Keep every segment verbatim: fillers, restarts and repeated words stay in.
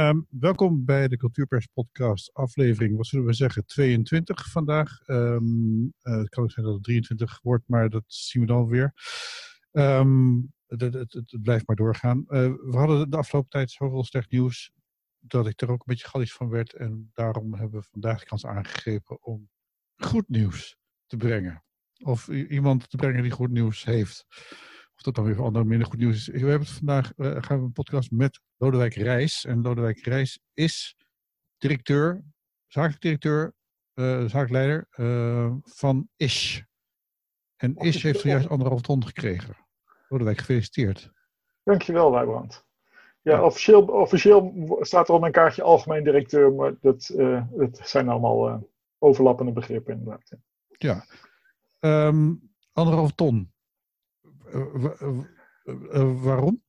Um, welkom bij de Cultuurpers podcast aflevering, wat zullen we zeggen, tweeëntwintig vandaag. Um, uh, het kan ook zijn dat het drieëntwintig wordt, maar dat zien we dan weer. Um, het, het, het, het blijft maar doorgaan. Uh, we hadden de afgelopen tijd zoveel slecht nieuws dat ik er ook een beetje gallisch van werd. En daarom hebben we vandaag de kans aangegrepen om goed nieuws te brengen. Of i- iemand te brengen die goed nieuws heeft. Of dat dan weer voor anderen minder goed nieuws is. We hebben het vandaag, uh, gaan we een podcast met Lodewijk Reis. En Lodewijk Reis is directeur, zakelijk directeur, uh, zakelijk leider uh, van Ish. En Ish heeft zojuist anderhalf ton gekregen. Lodewijk, gefeliciteerd. Dankjewel, Wijbrand. Ja, Ja. Officieel, officieel staat er op mijn kaartje algemeen directeur, maar dat, uh, dat zijn allemaal uh, overlappende begrippen inderdaad. Ja. Um, anderhalf ton. Uh, w- uh, uh, waarom?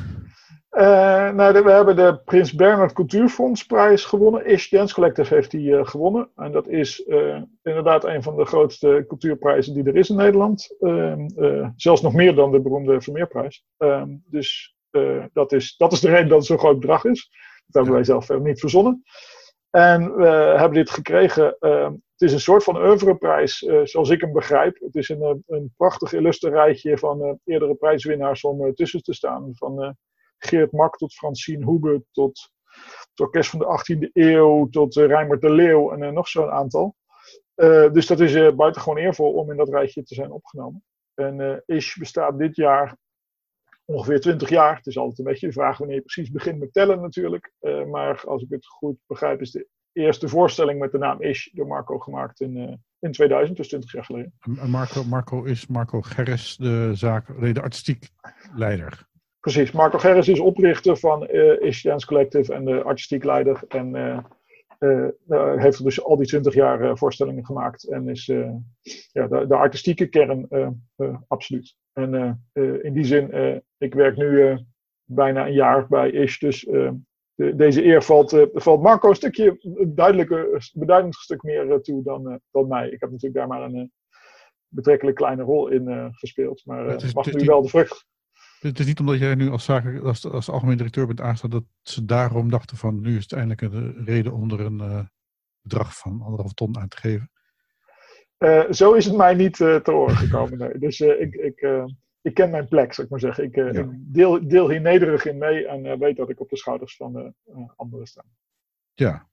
Uh, nou, we hebben de Prins Bernhard Cultuurfondsprijs gewonnen. Ish Dance Collective heeft die uh, gewonnen. En dat is uh, inderdaad een van de grootste cultuurprijzen die er is in Nederland. Uh, uh, zelfs nog meer dan de beroemde Vermeerprijs. Uh, dus uh, dat, is, dat is de reden dat het zo'n groot bedrag is. Dat hebben wij zelf verder niet verzonnen. En we hebben dit gekregen. Uh, het is een soort van oeuvreprijs, uh, zoals ik hem begrijp. Het is een, een prachtig illustre rijtje van uh, eerdere prijswinnaars om uh, tussen te staan. Van uh, Geert Mak tot Francine Hoebe, tot het orkest van de achttiende eeuw, tot uh, Reimert de Leeuw en uh, nog zo'n aantal. Uh, dus dat is uh, buitengewoon eervol om in dat rijtje te zijn opgenomen. En uh, Ish bestaat dit jaar ongeveer twintig jaar. Het is altijd een beetje de vraag wanneer je precies begint met tellen natuurlijk. Uh, maar als ik het goed begrijp is de eerste voorstelling met de naam Ish door Marco gemaakt in, uh, in tweeduizend, dus twintig jaar geleden. Marco, Marco is Marco Gerris, de, zaak, nee, de artistiek leider. Precies, Marco Gerris is oprichter van uh, Ish Dance Collective en de artistiek leider. En uh, uh, uh, heeft er dus al die twintig jaar uh, voorstellingen gemaakt. En is uh, ja, de, de artistieke kern uh, uh, absoluut. En uh, uh, in die zin, uh, ik werk nu uh, bijna een jaar bij Ish. Dus uh, de, deze eer valt, uh, valt Marco een stukje, een duidelijke, beduidend stuk meer uh, toe dan, uh, dan mij. Ik heb natuurlijk daar maar een uh, betrekkelijk kleine rol in uh, gespeeld. Maar uh, Het is, mag het nu is wel de vrucht. Het is niet omdat jij nu als, zakelijk, als, als algemeen directeur bent aangesteld dat ze daarom dachten van nu is het eindelijk een reden om er een uh, bedrag van anderhalf ton aan te geven. Uh, zo is het mij niet uh, te oren gekomen. Nee. Dus uh, ik, ik, uh, ik ken mijn plek, zou ik maar zeggen. Ik, uh, Ja. ik deel, deel hier nederig in mee en uh, weet dat ik op de schouders van uh, uh, anderen sta. Ja.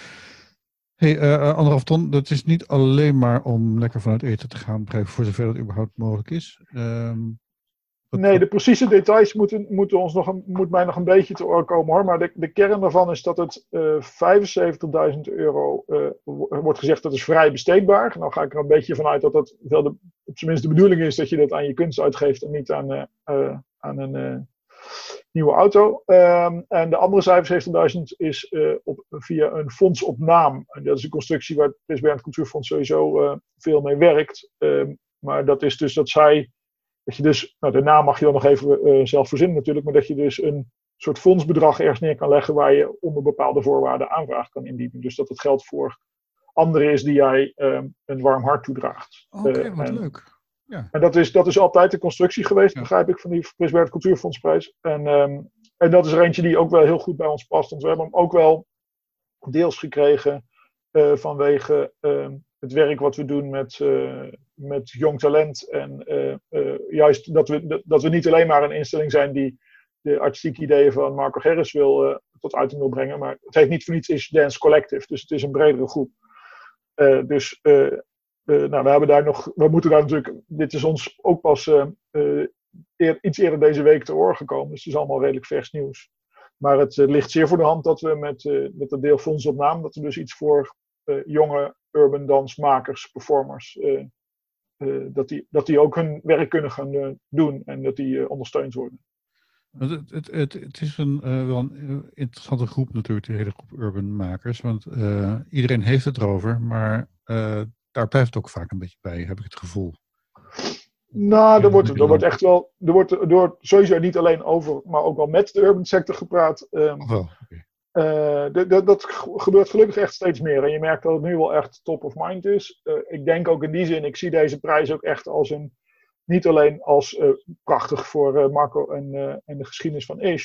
Hey, uh, anderhalf ton, dat is niet alleen maar om lekker vanuit eten te gaan, voor zover dat überhaupt mogelijk is. Um, Wat, nee, de precieze details moeten, moeten ons nog een, moet mij nog een beetje te oor komen hoor. Maar de, de kern daarvan is dat het uh, vijfenzeventigduizend euro uh, wordt gezegd dat is vrij besteedbaar. Nou ga ik er een beetje vanuit dat dat wel de, op zijn minst de bedoeling is dat je dat aan je kunst uitgeeft en niet aan, uh, uh, aan een uh, nieuwe auto. Um, en de andere vijfenzeventigduizend is uh, op, via een fonds op naam. En dat is een constructie waar het Prins Bernhard Cultuurfonds sowieso uh, veel mee werkt. Um, maar dat is dus dat zij... Dat je dus, nou de naam mag je dan nog even uh, zelf verzinnen natuurlijk, maar dat je dus een soort fondsbedrag ergens neer kan leggen waar je onder bepaalde voorwaarden aanvraag kan indienen. Dus dat het geld voor anderen is die jij um, een warm hart toedraagt. Oké, okay, uh, wat en, leuk. Ja. En dat is, dat is altijd de constructie geweest, ja. Begrijp ik, van die Prins Bernhard Cultuurfondsprijs. En, um, en dat is er eentje die ook wel heel goed bij ons past, want we hebben hem ook wel deels gekregen uh, vanwege um, het werk wat we doen met, uh, met jong talent. En uh, uh, juist dat we, dat we niet alleen maar een instelling zijn die de artistieke ideeën van Marco Gerris wil, uh, tot uiting wil brengen. Maar het heet niet voor niets Ish Dance Collective. Dus het is een bredere groep. Uh, dus uh, uh, nou, we hebben daar nog. We moeten daar natuurlijk. Dit is ons ook pas uh, uh, eer, iets eerder deze week te oor gekomen. Dus het is allemaal redelijk vers nieuws. Maar het uh, ligt zeer voor de hand dat we met, uh, met dat deel fonds op naam. Dat we dus iets voor uh, jonge urban dansmakers, performers. Uh, uh, dat, die, dat die ook hun werk kunnen gaan uh, doen. En dat die uh, ondersteund worden. Het, het, het, het is een, uh, wel een interessante groep natuurlijk, de hele groep urban makers. Want uh, iedereen heeft het erover, maar uh, daar blijft het ook vaak een beetje bij, heb ik het gevoel. Nou, er wordt, er wordt echt wel, er wordt, er wordt sowieso niet alleen over, maar ook wel met de urban sector gepraat. Um, oh, wel, okay. uh, de, de, dat gebeurt gelukkig echt steeds meer. En je merkt dat het nu wel echt top of mind is. Uh, ik denk ook in die zin, ik zie deze prijs ook echt als een, niet alleen als uh, prachtig voor uh, Marco en, uh, en de geschiedenis van Ish,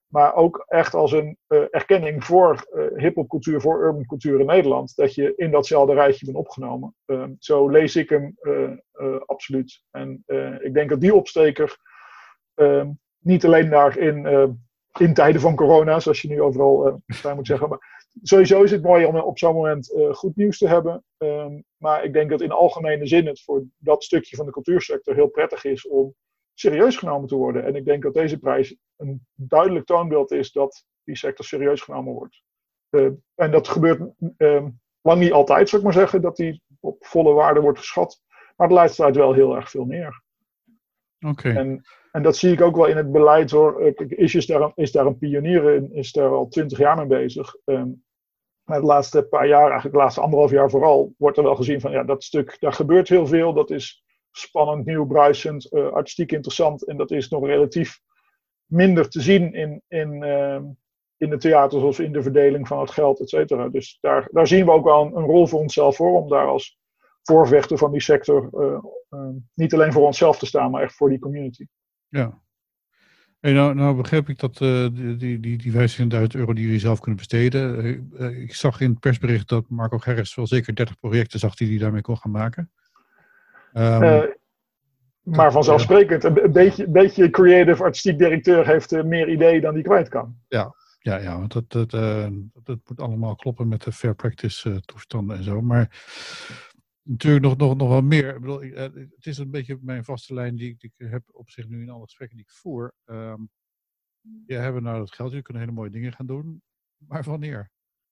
Maar ook echt als een uh, erkenning voor uh, hip-hop cultuur, voor urban cultuur in Nederland. Dat je in datzelfde rijtje bent opgenomen. Uh, zo lees ik hem uh, uh, absoluut. En uh, ik denk dat die opsteker uh, niet alleen daar in, uh, in tijden van corona, zoals je nu overal uh, moet zeggen. Maar sowieso is het mooi om op zo'n moment uh, goed nieuws te hebben. Um, maar ik denk dat in algemene zin het voor dat stukje van de cultuursector heel prettig is om serieus genomen te worden. En ik denk dat deze prijs een duidelijk toonbeeld is dat die sector serieus genomen wordt. Uh, en dat gebeurt uh, lang niet altijd, zou ik maar zeggen, dat die op volle waarde wordt geschat. Maar de laatste tijd wel heel erg veel meer. Oké. Okay. En, en dat zie ik ook wel in het beleid hoor. Is, is, daar, is daar een pionier in, is daar al twintig jaar mee bezig. Um, maar de laatste paar jaar, eigenlijk de laatste anderhalf jaar vooral, wordt er wel gezien van ja, dat stuk, daar gebeurt heel veel. Dat is spannend, nieuw, bruisend, uh, artistiek interessant. En dat is nog relatief minder te zien in, in, uh, in de theaters of in de verdeling van het geld, et cetera. Dus daar, daar zien we ook wel een, een rol voor onszelf voor, om daar als voorvechter van die sector uh, uh, niet alleen voor onszelf te staan, maar echt voor die community. Ja. Hey, nou, nou begreep ik dat uh, die, die, die, die vijfentwintigduizend euro die jullie zelf kunnen besteden. Uh, uh, ik zag in het persbericht dat Marco Gerrits wel zeker dertig projecten zag die hij daarmee kon gaan maken. Um, uh, maar vanzelfsprekend, een, een beetje, beetje creative artistiek directeur heeft uh, meer ideeën dan die kwijt kan. Ja, ja, ja want dat, dat, uh, dat moet allemaal kloppen met de fair practice uh, toestanden en zo. Maar natuurlijk nog, nog, nog wel meer. Ik bedoel, uh, het is een beetje mijn vaste lijn die, die ik heb op zich nu in alle gesprekken die ik voer. Um, ja, hebben we nou dat geld, jullie kunnen hele mooie dingen gaan doen. Maar wanneer?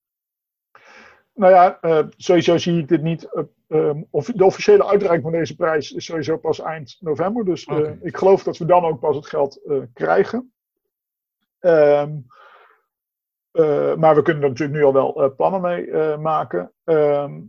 Nou ja, uh, sowieso zie ik dit niet. Uh, um, of de officiële uitreiking van deze prijs is sowieso pas eind november. Dus uh, okay. Ik geloof dat we dan ook pas het geld uh, krijgen. Um, uh, maar we kunnen er natuurlijk nu al wel uh, plannen mee uh, maken. Um,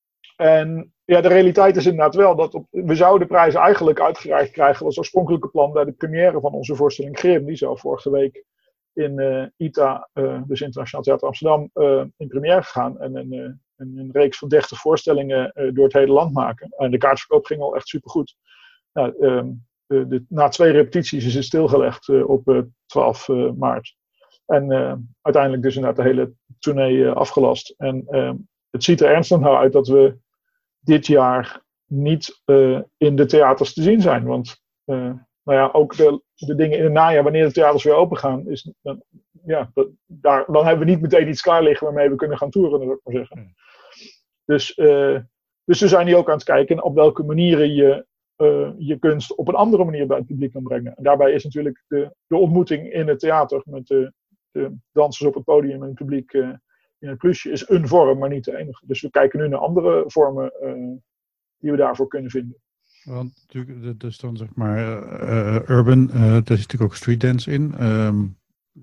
en ja, de realiteit is inderdaad wel dat op, we zouden de prijs eigenlijk uitgereikt krijgen als oorspronkelijke plan bij de première van onze voorstelling Grim. Die zou vorige week in uh, I T A, uh, dus Internationaal Theater Amsterdam, uh, in première gegaan. En een, uh, een, een reeks van dertig voorstellingen uh, door het hele land maken. En de kaartverkoop ging al echt supergoed. Nou, um, de, de, na twee repetities is het stilgelegd uh, op uh, twaalf maart. En uh, uiteindelijk dus inderdaad de hele tournee uh, afgelast. En uh, het ziet er ernstig naar uit dat we dit jaar niet uh, in de theaters te zien zijn. Want uh, nou ja, ook de, de dingen in het najaar, wanneer de theaters weer open gaan, is, dan, ja, dat, daar, dan hebben we niet meteen iets klaar liggen waarmee we kunnen gaan toeren, zou ik maar zeggen. Hmm. Dus, uh, dus we zijn hier ook aan het kijken op welke manieren je uh, je kunst op een andere manier bij het publiek kan brengen. En daarbij is natuurlijk de, de ontmoeting in het theater met de, de dansers op het podium en het publiek uh, in het plusje is een vorm, maar niet de enige. Dus we kijken nu naar andere vormen uh, die we daarvoor kunnen vinden. Want natuurlijk, dus dan zeg maar uh, uh, urban, uh, daar zit natuurlijk ook street dance in. Um,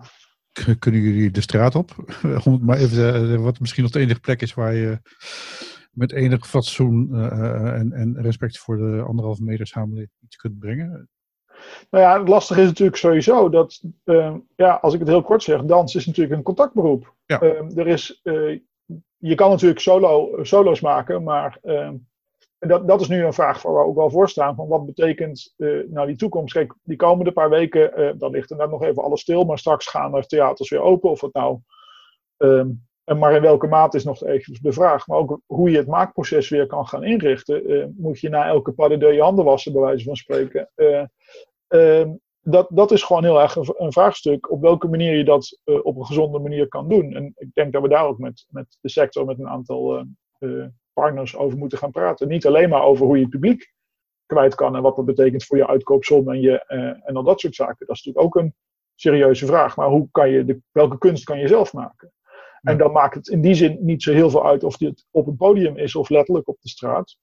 kunnen jullie de straat op? Om het maar even, uh, wat misschien nog de enige plek is waar je met enig fatsoen uh, uh, en, en respect voor de anderhalve meter samenleving iets kunt brengen. Nou ja, het lastige is natuurlijk sowieso dat, uh, ja, als ik het heel kort zeg, dans is natuurlijk een contactberoep. Ja. Uh, er is, uh, je kan natuurlijk solo, solo's maken, maar uh, dat, dat is nu een vraag waar we ook wel voor staan. Van wat betekent uh, nou die toekomst? Kijk, die komende paar weken, uh, dan ligt er net nog even alles stil, maar straks gaan er theaters weer open. Of het nou, uh, maar in welke mate is nog even de vraag. Maar ook hoe je het maakproces weer kan gaan inrichten. Uh, moet je na elke pas de deux je handen wassen, bij wijze van spreken. Uh, Uh, dat, dat is gewoon heel erg een, een vraagstuk op welke manier je dat uh, op een gezonde manier kan doen. En ik denk dat we daar ook met, met de sector, met een aantal uh, uh, partners over moeten gaan praten. Niet alleen maar over hoe je het publiek kwijt kan en wat dat betekent voor je uitkoopsom en, je, uh, en al dat soort zaken. Dat is natuurlijk ook een serieuze vraag. Maar hoe kan je de, welke kunst kan je zelf maken? Ja. En dan maakt het in die zin niet zo heel veel uit of dit op een podium is of letterlijk op de straat.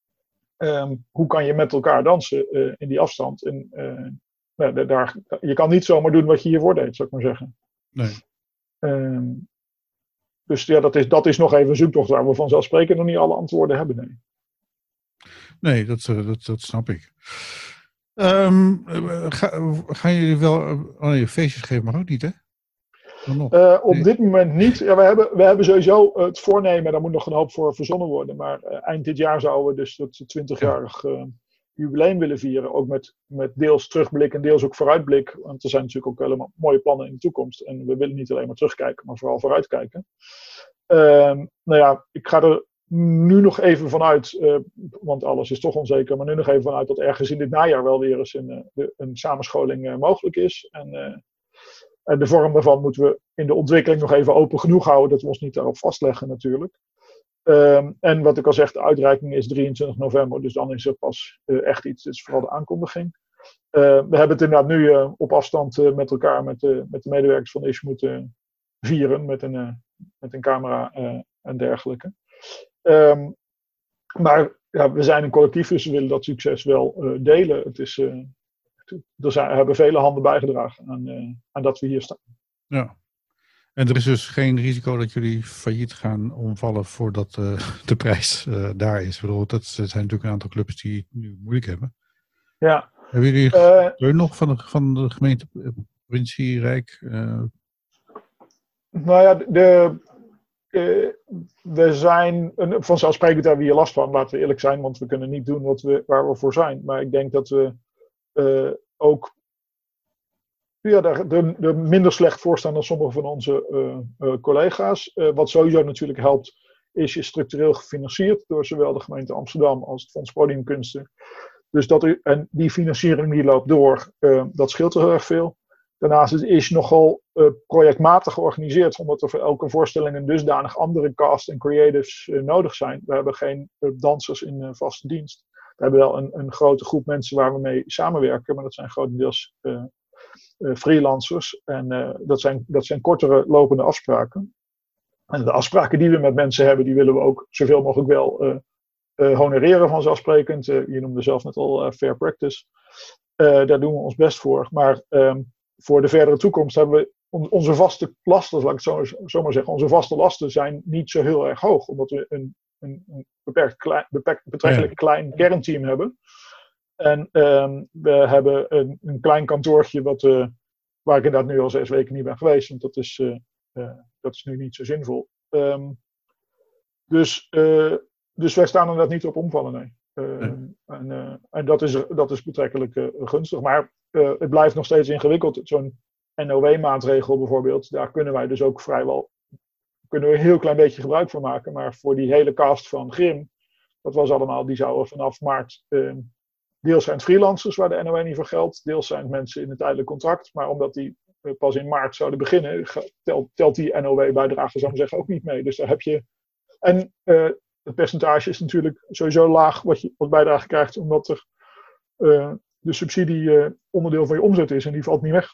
Um, hoe kan je met elkaar dansen uh, in die afstand? En, uh, nou, daar, je kan niet zomaar doen wat je hiervoor deed, zou ik maar zeggen. Nee. Um, dus ja, dat is, dat is nog even een zoektocht waar we vanzelfsprekend nog niet alle antwoorden hebben. Nee, nee dat, dat, dat snap ik. Um, ga, gaan jullie wel oh nee, feestjes geven, maar ook niet, hè? Uh, op nee. dit moment niet. Ja, we, hebben, we hebben sowieso het voornemen, daar moet nog een hoop voor verzonnen worden. Maar uh, eind dit jaar zouden we dus dat twintigjarig uh, jubileum willen vieren. Ook met, met deels terugblik en deels ook vooruitblik. Want er zijn natuurlijk ook helemaal mooie plannen in de toekomst. En we willen niet alleen maar terugkijken, maar vooral vooruitkijken. Uh, nou ja, ik ga er nu nog even vanuit, uh, want alles is toch onzeker, maar nu nog even vanuit dat ergens in dit najaar wel weer eens een, uh, de, een samenscholing uh, mogelijk is. En, uh, en de vorm daarvan moeten we in de ontwikkeling nog even open genoeg houden dat we ons niet daarop vastleggen natuurlijk. Um, en wat ik al zeg, de uitreiking is drieëntwintig november, dus dan is er pas uh, echt iets, het is vooral de aankondiging. Uh, we hebben het inderdaad nu uh, op afstand uh, met elkaar, met, uh, met de medewerkers van Ish moeten vieren, met een, uh, met een camera uh, en dergelijke. Um, maar ja, we zijn een collectief, dus we willen dat succes wel uh, delen. Het is, uh, er zijn, hebben vele handen bijgedragen aan, uh, aan dat we hier staan. Ja. En er is dus geen risico dat jullie failliet gaan omvallen voordat uh, de prijs uh, daar is. Ik bedoel, dat zijn natuurlijk een aantal clubs die het nu moeilijk hebben. Ja. Hebben jullie steun uh, nog van de, van de gemeente provincie Rijk? Uh... Nou ja, de, uh, we zijn vanzelfsprekend hebben we hier last van, laten we eerlijk zijn, want we kunnen niet doen wat we, waar we voor zijn. Maar ik denk dat we uh, ook ja, er, er minder slecht voor staan dan sommige van onze uh, uh, collega's. Uh, wat sowieso natuurlijk helpt, is je structureel gefinancierd door zowel de gemeente Amsterdam als het Fonds Podiumkunsten. Dus dat u, en die financiering die loopt door, uh, dat scheelt er heel erg veel. Daarnaast is het nogal uh, projectmatig georganiseerd, omdat er voor elke voorstelling een dusdanig andere cast en creatives uh, nodig zijn. We hebben geen uh, dansers in uh, vaste dienst. We hebben wel een, een grote groep mensen waar we mee samenwerken, maar dat zijn grotendeels uh, uh, freelancers. En uh, dat, zijn, dat zijn kortere lopende afspraken. En de afspraken die we met mensen hebben, die willen we ook zoveel mogelijk wel uh, uh, honoreren vanzelfsprekend. Uh, je noemde zelf net al uh, fair practice. Uh, daar doen we ons best voor. Maar um, voor de verdere toekomst hebben we on, onze vaste lasten, laat ik het zo, zo maar zeggen, onze vaste lasten zijn niet zo heel erg hoog. Omdat we een, een, een beperkt klein, beperkt, betrekkelijk ja. klein kernteam hebben. En um, we hebben een, een klein kantoortje wat, uh, waar ik inderdaad nu al zes weken niet ben geweest. Want dat is, uh, uh, dat is nu niet zo zinvol. Um, dus, uh, dus wij staan inderdaad niet op omvallen, nee. Uh, nee. En, uh, en dat is, dat is betrekkelijk uh, gunstig. Maar uh, het blijft nog steeds ingewikkeld. Zo'n N O W-maatregel bijvoorbeeld, daar kunnen wij dus ook vrijwel kunnen we een heel klein beetje gebruik van maken. Maar voor die hele cast van Grim, dat was allemaal, die zouden vanaf maart, uh, deels zijn het freelancers waar de N O W niet voor geldt, deels zijn het mensen in een tijdelijk contract. Maar omdat die uh, pas in maart zouden beginnen, telt, telt die N O W-bijdrage, zou ik zeggen, ook niet mee. Dus daar heb je. En uh, het percentage is natuurlijk sowieso laag wat je wat bijdrage krijgt, omdat er uh, de subsidie uh, onderdeel van je omzet is en die valt niet weg.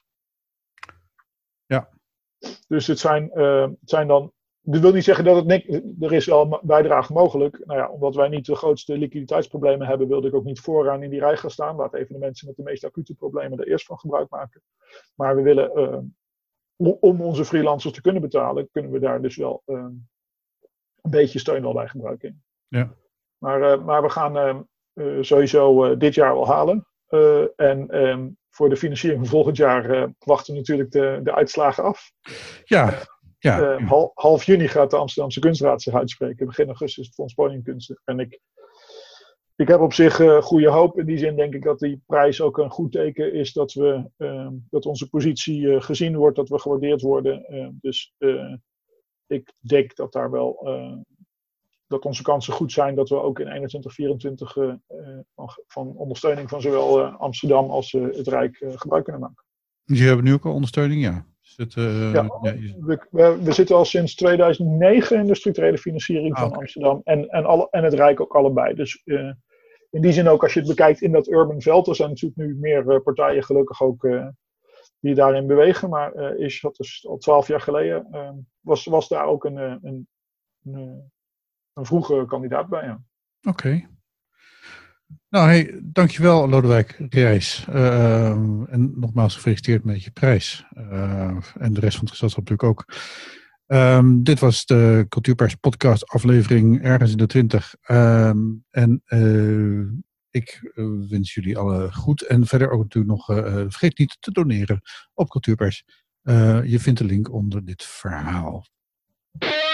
Ja. Dus het zijn, uh, het zijn dan. Dat wil niet zeggen dat het niks. Er is wel bijdrage mogelijk. Nou ja, omdat wij niet de grootste liquiditeitsproblemen hebben, wilde ik ook niet vooraan in die rij gaan staan. Laat even de mensen met de meest acute problemen er eerst van gebruik maken. Maar we willen, uh, om onze freelancers te kunnen betalen, kunnen we daar dus wel uh, een beetje steun wel bij gebruiken. Ja. Maar, uh, maar we gaan uh, uh, sowieso uh, dit jaar wel halen. Uh, en um, voor de financiering van volgend jaar uh, wachten we natuurlijk de, de uitslagen af. Ja. Ja, uh, ja. Half, half juni gaat de Amsterdamse Kunstraad zich uitspreken. Begin augustus het Fonds Podiumkunsten. En ik, ik heb op zich uh, goede hoop. In die zin denk ik dat die prijs ook een goed teken is dat, we, uh, dat onze positie uh, gezien wordt, dat we gewaardeerd worden. Uh, dus uh, ik denk dat daar wel uh, dat onze kansen goed zijn dat we ook in eenentwintig vierentwintig uh, uh, van, van ondersteuning van zowel uh, Amsterdam als uh, het Rijk uh, gebruik kunnen maken. Dus je hebt nu ook al ondersteuning, ja. Het, uh, ja, ja je... we, we, we zitten al sinds tweeduizend negen in de structurele financiering ah, van okay. Amsterdam en, en, alle, en het Rijk ook allebei. Dus uh, in die zin ook als je het bekijkt in dat urban veld, er zijn natuurlijk nu meer uh, partijen gelukkig ook uh, die daarin bewegen. Maar uh, is dat dus al twaalf jaar geleden uh, was, was daar ook een, een, een, een, een vroege kandidaat bij. Ja. Oké. Okay. Nou, hey, dankjewel Lodewijk Reijs. Uh, en nogmaals gefeliciteerd met je prijs. Uh, en de rest van het gezelschap natuurlijk ook. Um, dit was de Cultuurpers podcast aflevering ergens in de twintig. Um, en uh, ik uh, wens jullie alle goed. En verder ook natuurlijk nog, uh, vergeet niet te doneren op Cultuurpers. Uh, je vindt de link onder dit verhaal.